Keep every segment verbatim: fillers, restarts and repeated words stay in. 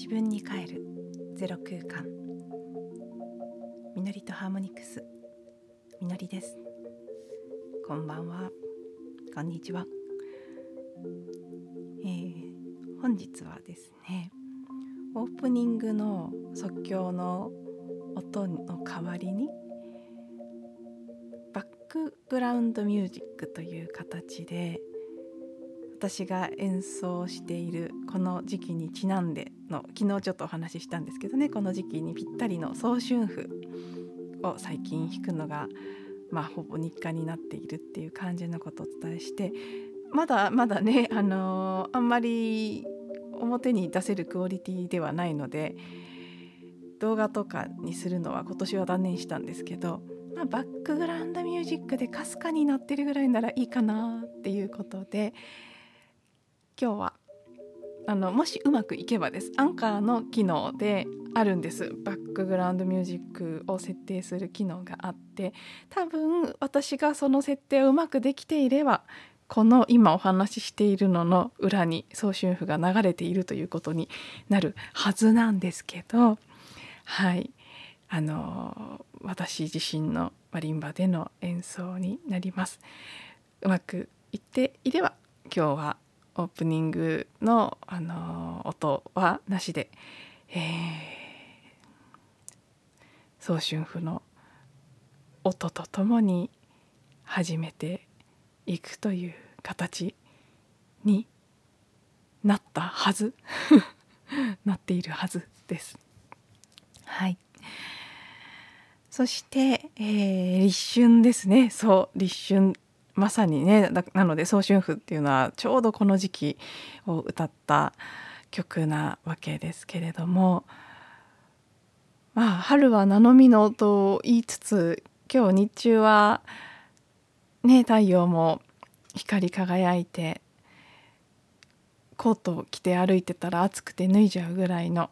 自分に帰るゼロ空間、みのりとハーモニクス、みのりです。こんばんは、こんにちは。えー、本日はですね、オープニングの即興の音の代わりにバックグラウンドミュージックという形で、私が演奏しているこの時期にちなんでの、昨日ちょっとお話ししたんですけどね、この時期にぴったりの早春譜を最近弾くのがまあほぼ日課になっているっていう感じのことをお伝えして、まだまだね、あのー、あんまり表に出せるクオリティではないので、動画とかにするのは今年は断念したんですけど、まあ、バックグラウンドミュージックでかすかになってるぐらいならいいかなっていうことで、今日はあのもしうまくいけばです、アンカーの機能であるんです。バックグラウンドミュージックを設定する機能があって、多分私がその設定をうまくできていれば、この今お話ししているのの裏に早春譜が流れているということになるはずなんですけど、はいあの私自身のマリンバでの演奏になります。うまくいっていれば今日はオープニングの、あの音はなしで、えー、早春譜の音とともに始めていくという形になったはずなっているはずです。はい。そして、えー、立春ですね。そう立春、まさにね、なので早春譜っていうのはちょうどこの時期を歌った曲なわけですけれども、まあ春は名の実のと言いつつ、今日日中はね、太陽も光り輝いて、コートを着て歩いてたら暑くて脱いじゃうぐらいの、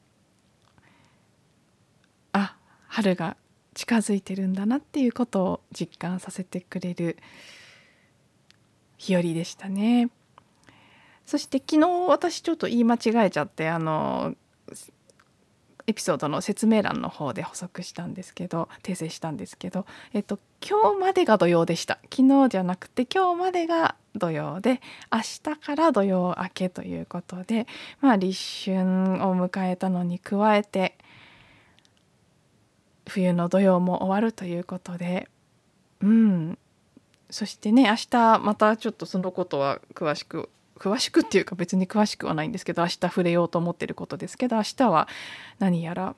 あ、春が近づいてるんだなっていうことを実感させてくれる日和でしたね。そして昨日私ちょっと言い間違えちゃって、あのエピソードの説明欄の方で補足したんですけど、訂正したんですけど、えっと今日までが土曜でした。昨日じゃなくて今日までが土曜で、明日から土曜明けということで、まあ立春を迎えたのに加えて冬の土曜も終わるということで、うんそしてね、明日またちょっとそのことは詳しく詳しくっていうか別に詳しくはないんですけど、明日触れようと思ってることですけど、明日は何やら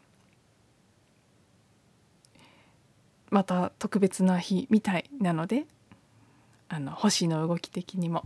また特別な日みたいなので、あの星の動き的にも、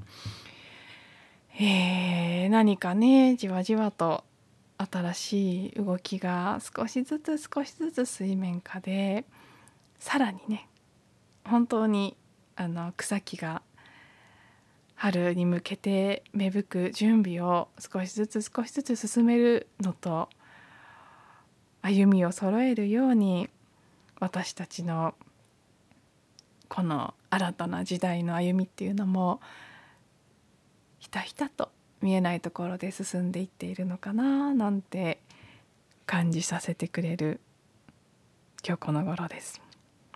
えー、何かね、じわじわと新しい動きが少しずつ少しずつ水面下で、さらにね、本当にあの草木が春に向けて芽吹く準備を少しずつ少しずつ進めるのと、歩みを揃えるように、私たちのこの新たな時代の歩みっていうのもひたひたと見えないところで進んでいっているのかななんて感じさせてくれる今日この頃です。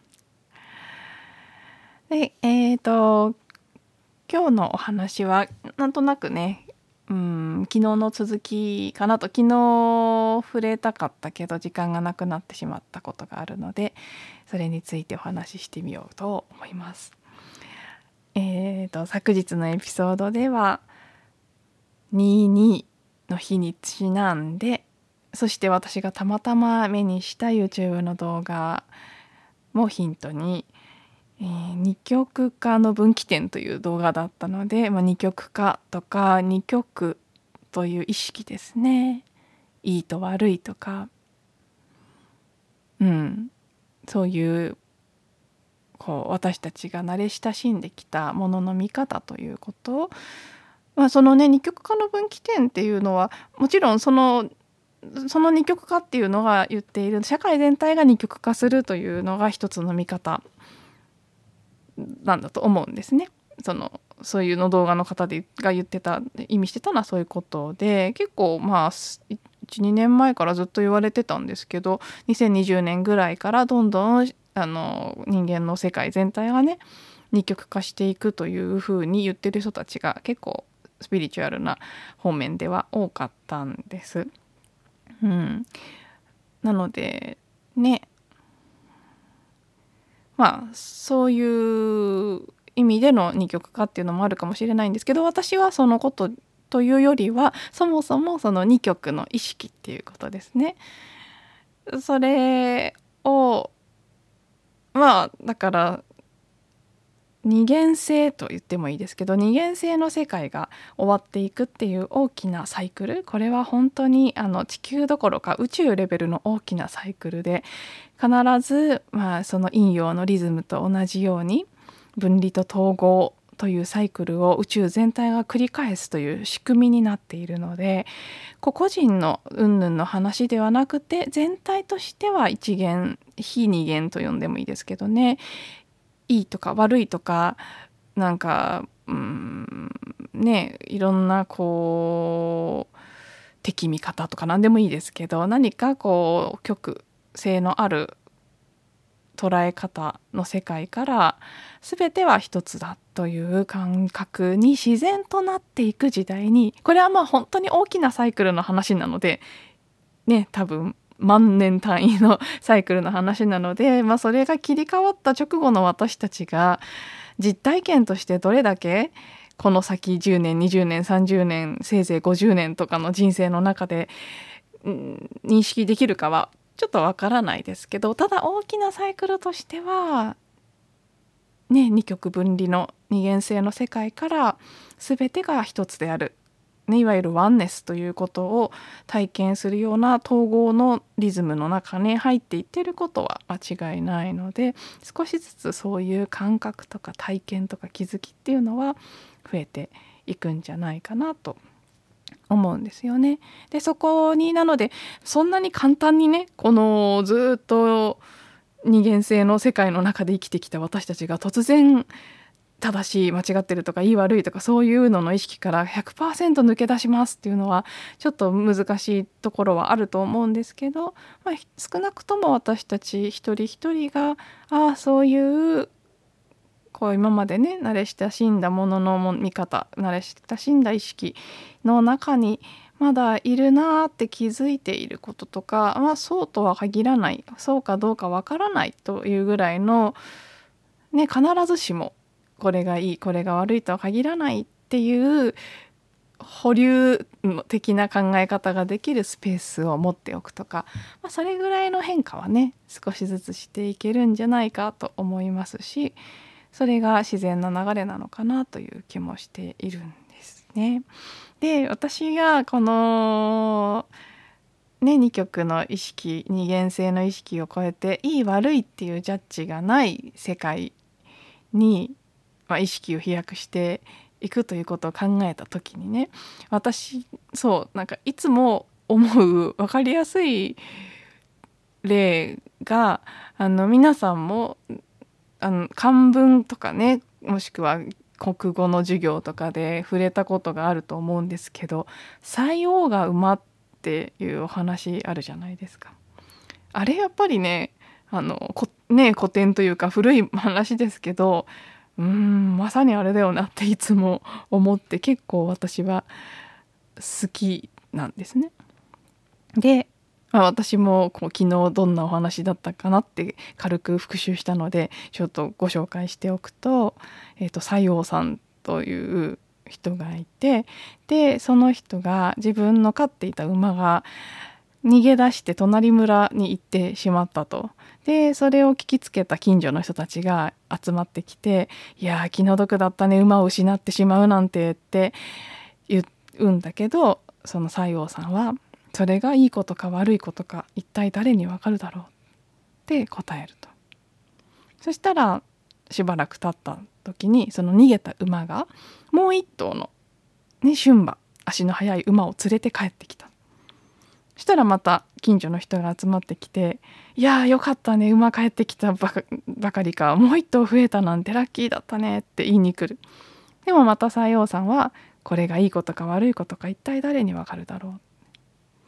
で、えーと今日のお話はなんとなくね、うん昨日の続きかなと、昨日触れたかったけど時間がなくなってしまったことがあるので、それについてお話ししてみようと思います。えーと昨日のエピソードではにじゅうにの日にちなんで、そして私がたまたま目にした YouTube の動画もヒントに、えー、二極化の分岐点という動画だったので、まあ、二極化とか二極という意識ですね、いいと悪いとか、うん、そういうこう私たちが慣れ親しんできたものの見方ということを、まあ、そのね二極化の分岐点っていうのはもちろんそのその二極化っていうのが言っている社会全体が二極化するというのが一つの見方なんだと思うんですね。そのそういうの動画の方でが言ってた意味してたのはそういうことで、結構まあいち、にねんまえからずっと言われてたんですけど、にせんにじゅうねんぐらいからどんどんあの人間の世界全体がね二極化していくというふうに言ってる人たちが結構スピリチュアルな方面では多かったんです。うん、なのでね、まあそういう意味での二極化っていうのもあるかもしれないんですけど、私はそのことというよりはそもそもその二極の意識っていうことですね。それをまあだから二元性と言ってもいいですけど、二元性の世界が終わっていくっていう大きなサイクル、これは本当にあの地球どころか宇宙レベルの大きなサイクルで、必ず、まあ、その陰陽のリズムと同じように分離と統合というサイクルを宇宙全体が繰り返すという仕組みになっているので、個々人の云々の話ではなくて、全体としては一元非二元と呼んでもいいですけどね、いいとか悪いとかなんかうーんねいろんなこう敵味方とか何でもいいですけど、何かこう極性のある捉え方の世界から全ては一つだという感覚に自然となっていく時代に、これはまあ本当に大きなサイクルの話なのでね、多分万年単位のサイクルの話なので、まあ、それが切り替わった直後の私たちが実体験としてどれだけこの先じゅうねんにじゅうねんさんじゅうねんせいぜいごじゅうねんとかの人生の中で、うん、認識できるかはちょっとわからないですけど、ただ大きなサイクルとしてはね、二極分離の二元性の世界から全てが一つである、ね、いわゆるワンネスということを体験するような統合のリズムの中に入っていっていることは間違いないので、少しずつそういう感覚とか体験とか気づきっていうのは増えていくんじゃないかなと思うんですよね。でそこになのでそんなに簡単にね、このずっと二元性の世界の中で生きてきた私たちが突然正しい間違ってるとかいい悪いとかそういうのの意識から ひゃくパーセント 抜け出しますっていうのはちょっと難しいところはあると思うんですけど、まあ、少なくとも私たち一人一人がああそういうこう今までね慣れ親しんだものの見方、慣れ親しんだ意識の中にまだいるなって気づいていることとか、まあ、そうとは限らない、そうかどうかわからないというぐらいの、ね、必ずしもこれがいいこれが悪いとは限らないっていう保留的な考え方ができるスペースを持っておくとか、まあ、それぐらいの変化はね少しずつしていけるんじゃないかと思いますし、それが自然な流れなのかなという気もしているんですね。で私がこのね二極の意識、二元性の意識を超えていい悪いっていうジャッジがない世界に、まあ、意識を飛躍していくということを考えた時にね、私そうなんかいつも思う分かりやすい例が、あの皆さんもあの漢文とかね、もしくは国語の授業とかで触れたことがあると思うんですけど、塞王が馬っていうお話あるじゃないですか。あれやっぱりねあのこね古典というか古い話ですけど、うーんまさにあれだよなっていつも思って、結構私は好きなんですね。で、まあ、私もこう昨日どんなお話だったかなって軽く復習したのでちょっとご紹介しておくと、えーと、西王さんという人がいて、でその人が自分の飼っていた馬が逃げ出して隣村に行ってしまったと。でそれを聞きつけた近所の人たちが集まってきて、いやー気の毒だったね、馬を失ってしまうなんてって言うんだけど、その西王さんはそれがいいことか悪いことか一体誰にわかるだろうって答えると。そしたらしばらく経った時にその逃げた馬がもう一頭の、ね、駿馬、足の速い馬を連れて帰ってきた。そしたらまた近所の人が集まってきて、いやーよかったね、馬帰ってきたば か, ばかりか、もう一頭増えたなんてラッキーだったねって言いに来る。でもまた西王さんはこれがいいことか悪いことか一体誰にわかるだろう。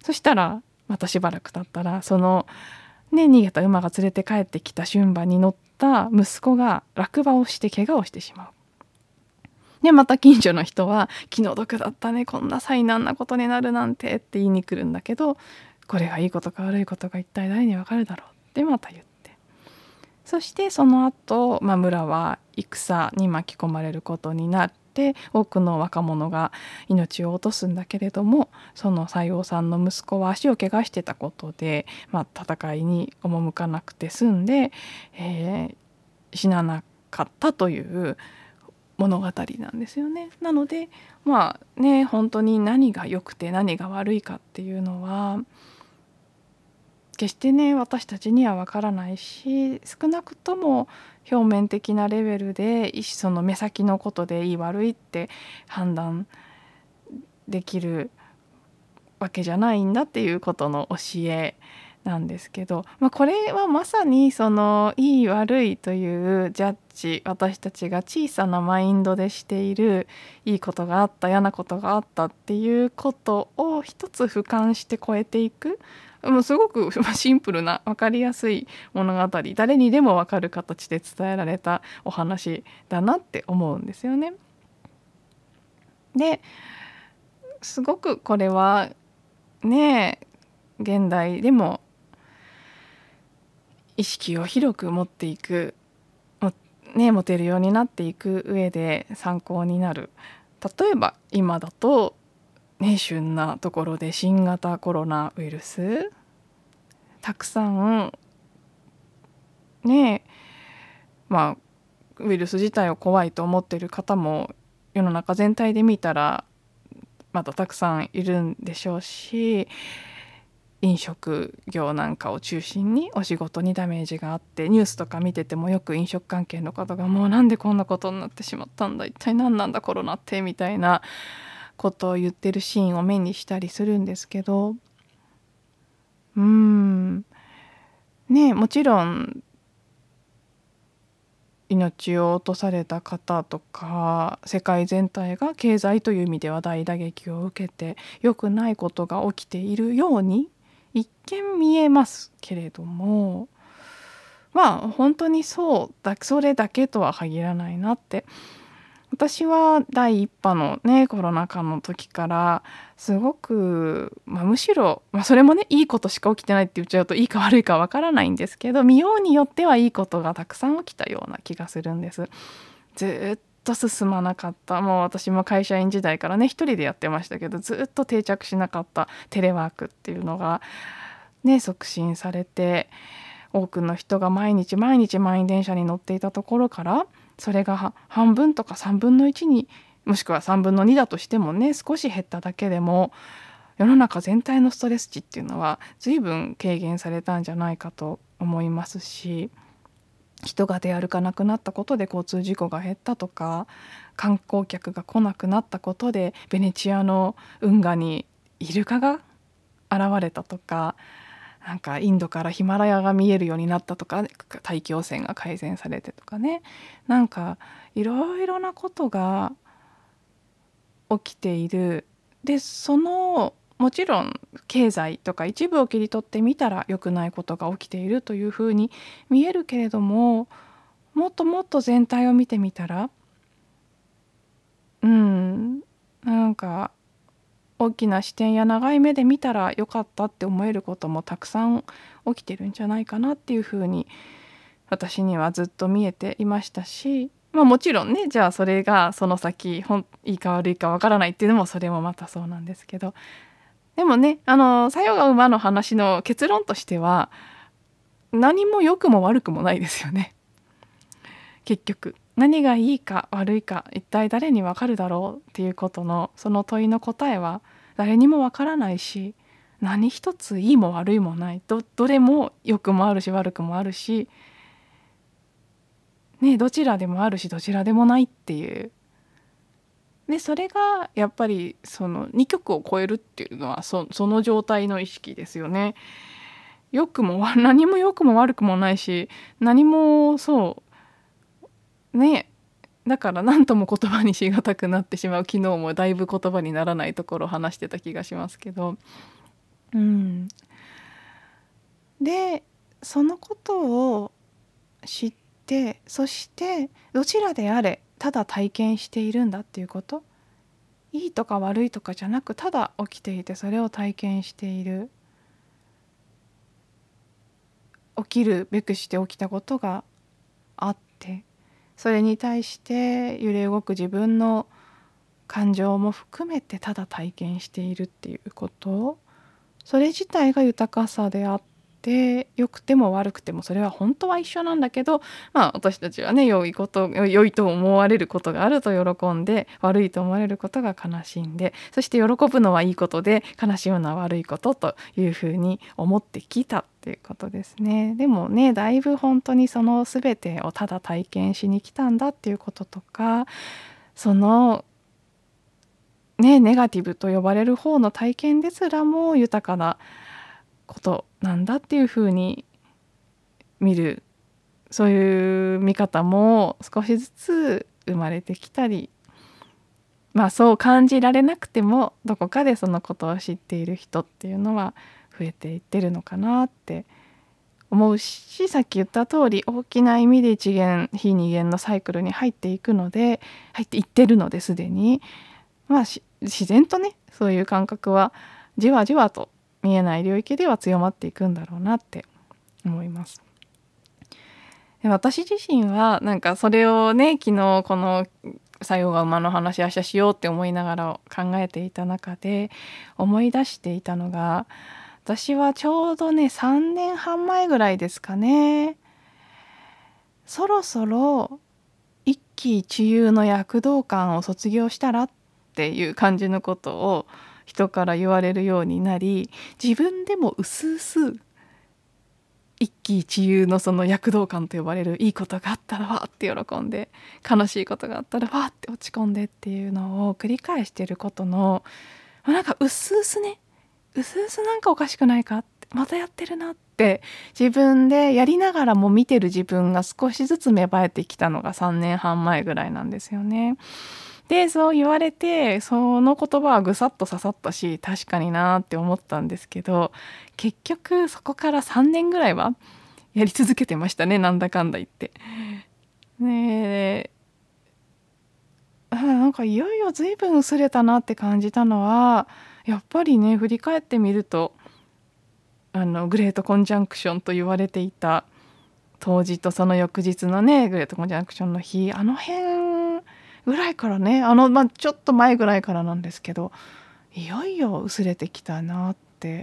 そしたらまたしばらく経ったらそのね逃げた馬が連れて帰ってきた春馬に乗った息子が落馬をして怪我をしてしまう。でまた近所の人は気の毒だったね、こんな災難なことになるなんてって言いに来るんだけど、これがいいことか悪いことか一体誰にわかるだろうってまた言って、そしてその後、まあ、村は戦に巻き込まれることになって多くの若者が命を落とすんだけれども、その西郷さんの息子は足を怪我してたことで、まあ、戦いに赴かなくて済んで、えー、死ななかったという物語なんですよね。なのでまあね本当に何が良くて何が悪いかっていうのは決してね私たちには分からないし、少なくとも表面的なレベルでその目先のことでいい悪いって判断できるわけじゃないんだっていうことの教えなんですけど、まあ、これはまさにそのいい悪いというジャッジ、私たちが小さなマインドでしているいいことがあった嫌なことがあったっていうことを一つ俯瞰して超えていく、もうすごくシンプルな分かりやすい物語、誰にでも分かる形で伝えられたお話だなって思うんですよね。ですごくこれはね現代でも意識を広く持っていく、ね、持てるようになっていく上で参考になる。例えば今だと、ね、旬なところで新型コロナウイルスたくさんねまあウイルス自体を怖いと思っている方も世の中全体で見たらまだたくさんいるんでしょうし、飲食業なんかを中心にお仕事にダメージがあって、ニュースとか見ててもよく飲食関係の方がもうなんでこんなことになってしまったんだ、一体何なんだコロナってみたいなことを言ってるシーンを目にしたりするんですけど、うーんねもちろん命を落とされた方とか世界全体が経済という意味では大打撃を受けて良くないことが起きているように一見見えますけれども、まあ本当にそうだそれだけとは限らないなって、私は第一波のねコロナ禍の時からすごく、まあ、むしろ、まあ、それもねいいことしか起きてないって言っちゃうといいか悪いかわからないんですけど、見ようによってはいいことがたくさん起きたような気がするんです。ずっと進まなかった、もう私も会社員時代からね一人でやってましたけどずっと定着しなかったテレワークっていうのがね促進されて、多くの人が毎日毎日満員電車に乗っていたところから、それが半分とかさんぶんのいちにもしくはさんぶんのにだとしてもね少し減っただけでも世の中全体のストレス値っていうのは随分軽減されたんじゃないかと思いますし、人が出歩かなくなったことで交通事故が減ったとか、観光客が来なくなったことでベネチアの運河にイルカが現れたとか、なんかインドからヒマラヤが見えるようになったとか、大気汚染が改善されてとかね、なんかいろいろなことが起きている。でそのもちろん経済とか一部を切り取ってみたら良くないことが起きているというふうに見えるけれども、もっともっと全体を見てみたらうんなんか大きな視点や長い目で見たら良かったって思えることもたくさん起きてるんじゃないかなっていうふうに私にはずっと見えていましたし、まあ、もちろんねじゃあそれがその先ほんいいか悪いかわからないっていうのもそれもまたそうなんですけど、でもねあの作用が馬の話の結論としては何も良くも悪くもないですよね。結局何がいいか悪いか一体誰にわかるだろうっていうことのその問いの答えは誰にもわからないし、何一ついいも悪いもない、 ど, どれも良くもあるし悪くもあるし、ね、どちらでもあるしどちらでもないっていう、でそれがやっぱりそのに極を超えるっていうのは そ, その状態の意識ですよね。良くも何も良くも悪くもないし、何もそうねだから何とも言葉にしがたくなってしまう、昨日もだいぶ言葉にならないところを話してた気がしますけど、 うん、でそのことを知って、そしてどちらであれただ体験しているんだっていうこと、いいとか悪いとかじゃなく、ただ起きていてそれを体験している、起きるべくして起きたことがあって、それに対して揺れ動く自分の感情も含めてただ体験しているっていうこと、それ自体が豊かさであって、良くても悪くてもそれは本当は一緒なんだけど、まあ私たちはね、良いこと良いと思われることがあると喜んで、悪いと思われることが悲しんで、そして喜ぶのはいいことで悲しむのは悪いことというふうに思ってきたっていうことですね。でもね、だいぶ本当にその全てをただ体験しに来たんだっていうこととか、そのね、ネガティブと呼ばれる方の体験ですらも豊かなことなんだっていうふうに見る、そういう見方も少しずつ生まれてきたり、まあそう感じられなくてもどこかでそのことを知っている人っていうのは増えていってるのかなって思うし、さっき言った通り大きな意味で一元非二元のサイクルに入っていくので入っていってるのですでに、まあ自然とね、そういう感覚はじわじわと見えない領域では強まっていくんだろうなって思います。で私自身はなんかそれをね、昨日この作用が馬の話明日しようって思いながら考えていた中で思い出していたのが、私はちょうどねさんねんはん前ぐらいですかね、そろそろ一喜一憂の躍動感を卒業したらっていう感じのことを人から言われるようになり、自分でもうすうす一喜一憂のその躍動感と呼ばれる、いいことがあったらわーって喜んで、悲しいことがあったらわーって落ち込んでっていうのを繰り返していることの、なんかうすうすね、うすうすなんかおかしくないかって、またやってるなって自分でやりながらも見てる自分が少しずつ芽生えてきたのがさんねんはん前ぐらいなんですよね。でそう言われて、その言葉はぐさっと刺さったし、確かになって思ったんですけど、結局そこからさんねんぐらいはやり続けてましたね、なんだかんだ言って。ねえ、なんかいよいよ随分薄れたなって感じたのは、やっぱりね、振り返ってみると、あのグレートコンジャンクションと言われていた当時とその翌日のね、グレートコンジャンクションの日、あの辺ぐらいからね、あの、まあ、ちょっと前ぐらいからなんですけど、いよいよ薄れてきたなって。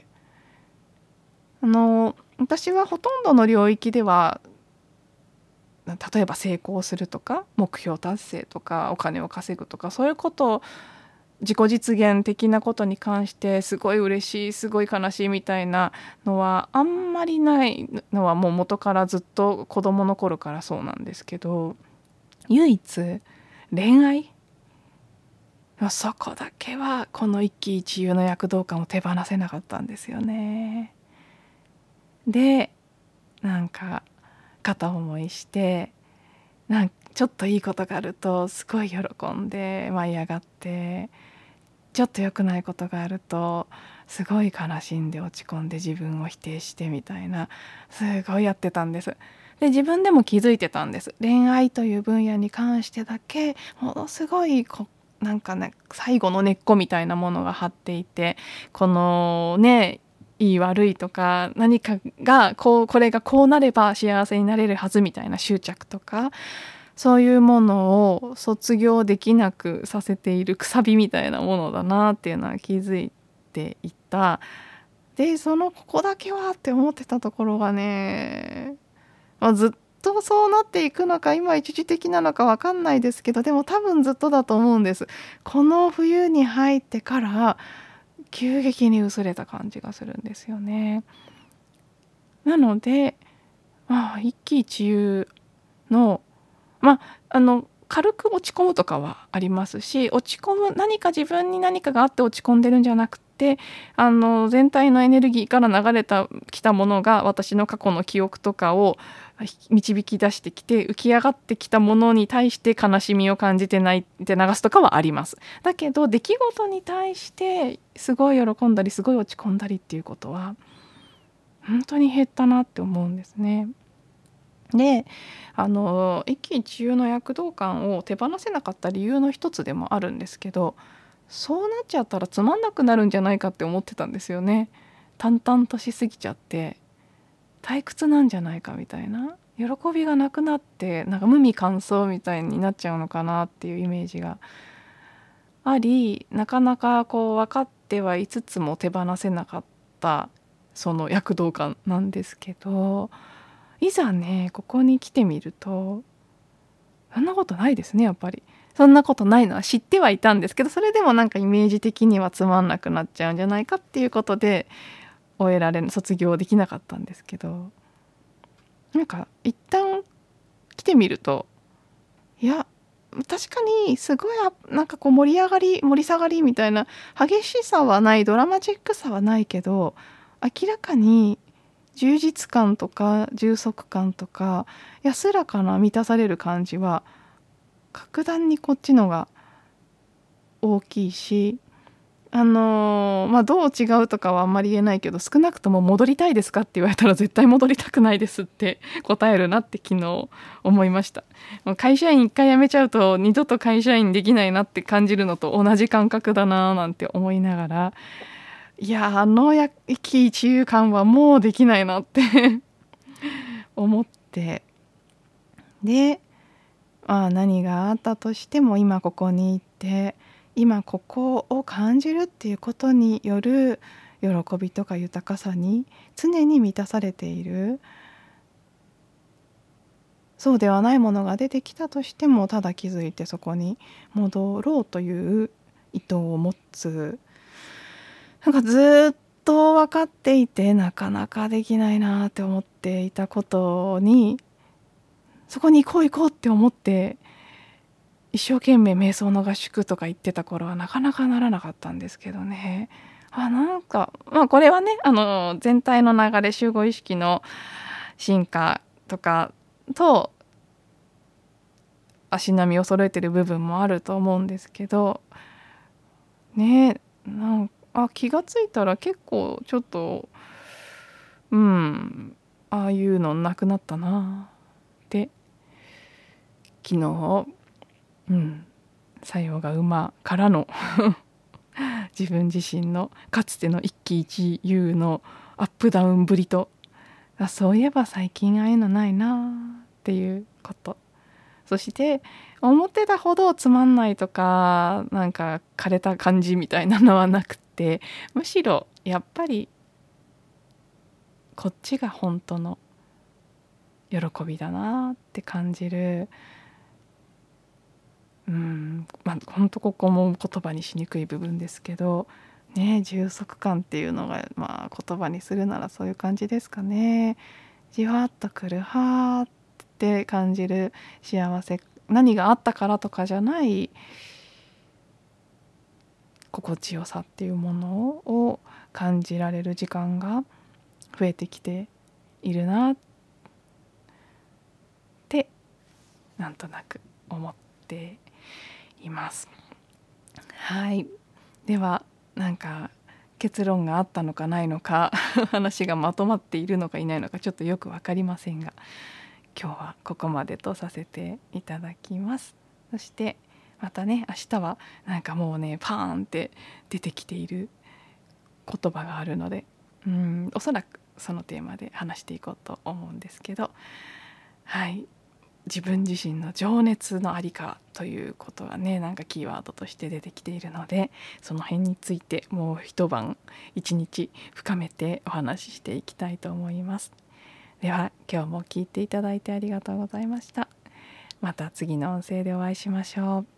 あの私はほとんどの領域では、例えば成功するとか目標達成とかお金を稼ぐとか、そういうことを自己実現的なことに関してすごい嬉しい、すごい悲しいみたいなのはあんまりないのはもう元からずっと子供の頃からそうなんですけど、唯一恋愛、そこだけはこの一喜一憂の躍動感を手放せなかったんですよね。でなんか片思いして、なんちょっといいことがあるとすごい喜んで舞い上がって、ちょっと良くないことがあるとすごい悲しんで落ち込んで自分を否定してみたいな、すごいやってたんです。で自分でも気づいてたんです。恋愛という分野に関してだけものすごいこなんかね、最後の根っこみたいなものが張っていて、このね、いい悪いとか何かがこうこれがこうなれば幸せになれるはずみたいな執着とか、そういうものを卒業できなくさせているくさびみたいなものだなっていうのは気づいていた。でそのここだけはって思ってたところがね、まあ、ずっとそうなっていくのか今一時的なのか分かんないですけど、でも多分ずっとだと思うんです。この冬に入ってから急激に薄れた感じがするんですよね。なので、まあ、一喜一憂の、まあ、あの軽く落ち込むとかはありますし、落ち込む何か自分に何かがあって落ち込んでるんじゃなくであの全体のエネルギーから流れたきたものが私の過去の記憶とかを導き出してきて、浮き上がってきたものに対して悲しみを感じて泣いて流すとかはあります。だけど出来事に対してすごい喜んだりすごい落ち込んだりっていうことは本当に減ったなって思うんですね。であの一喜一憂の躍動感を手放せなかった理由の一つでもあるんですけど、そうなっちゃったらつまんなくなるんじゃないかって思ってたんですよね。淡々としすぎちゃって退屈なんじゃないかみたいな、喜びがなくなってなんか無味乾燥みたいになっちゃうのかなっていうイメージがあり、なかなかこう分かってはいつつも手放せなかったその躍動感なんですけど、いざねここに来てみるとそんなことないですね。やっぱりそんなことないのは知ってはいたんですけど、それでもなんかイメージ的にはつまんなくなっちゃうんじゃないかっていうことで終えられ卒業できなかったんですけど、なんか一旦来てみると、いや確かにすごいなんかこう盛り上がり盛り下がりみたいな激しさはない、ドラマチックさはないけど、明らかに充実感とか充足感とか安らかな満たされる感じは格段にこっちのが大きいし、あのーまあどう違うとかはあんまり言えないけど、少なくとも戻りたいですかって言われたら絶対戻りたくないですって答えるなって昨日思いました。もう会社員一回辞めちゃうと二度と会社員できないなって感じるのと同じ感覚だななんて思いながら、いやあの一喜一憂感はもうできないなって思って、で、まあ、何があったとしても今ここにいて今ここを感じるっていうことによる喜びとか豊かさに常に満たされている。そうではないものが出てきたとしてもただ気づいてそこに戻ろうという意図を持つ、なんかずっと分かっていてなかなかできないなって思っていたことに、そこに行こう行こうって思って一生懸命瞑想の合宿とか行ってた頃はなかなかならなかったんですけどね。あなんかまあこれはねあの全体の流れ、集合意識の進化とかと足並みを揃えてる部分もあると思うんですけどね、なんあ気がついたら結構ちょっとうんああいうのなくなったなって昨日うん作用が馬からの自分自身のかつての一喜一憂のアップダウンぶりと、あそういえば最近ああいうのないなっていうこと、そして思ってたほどつまんないとかなんか枯れた感じみたいなのはなくて、むしろやっぱりこっちが本当の喜びだなって感じる。うんまあ本当ここも言葉にしにくい部分ですけどね、充足感っていうのがまあ言葉にするならそういう感じですかね。じわっとくるはーって感じる幸せ、何があったからとかじゃない心地よさっていうものを感じられる時間が増えてきているなってなんとなく思っています。はい、ではなんか結論があったのかないのか話がまとまっているのかいないのかちょっとよく分かりませんが、今日はここまでとさせていただきます。そしてまたね明日はなんかもうねパーンって出てきている言葉があるので、うんおそらくそのテーマで話していこうと思うんですけど、はい自分自身の情熱のありかということがねなんかキーワードとして出てきているので、その辺についてもう一晩一日深めてお話ししていきたいと思います。では今日も聞いていただいてありがとうございました。また次の音声でお会いしましょう。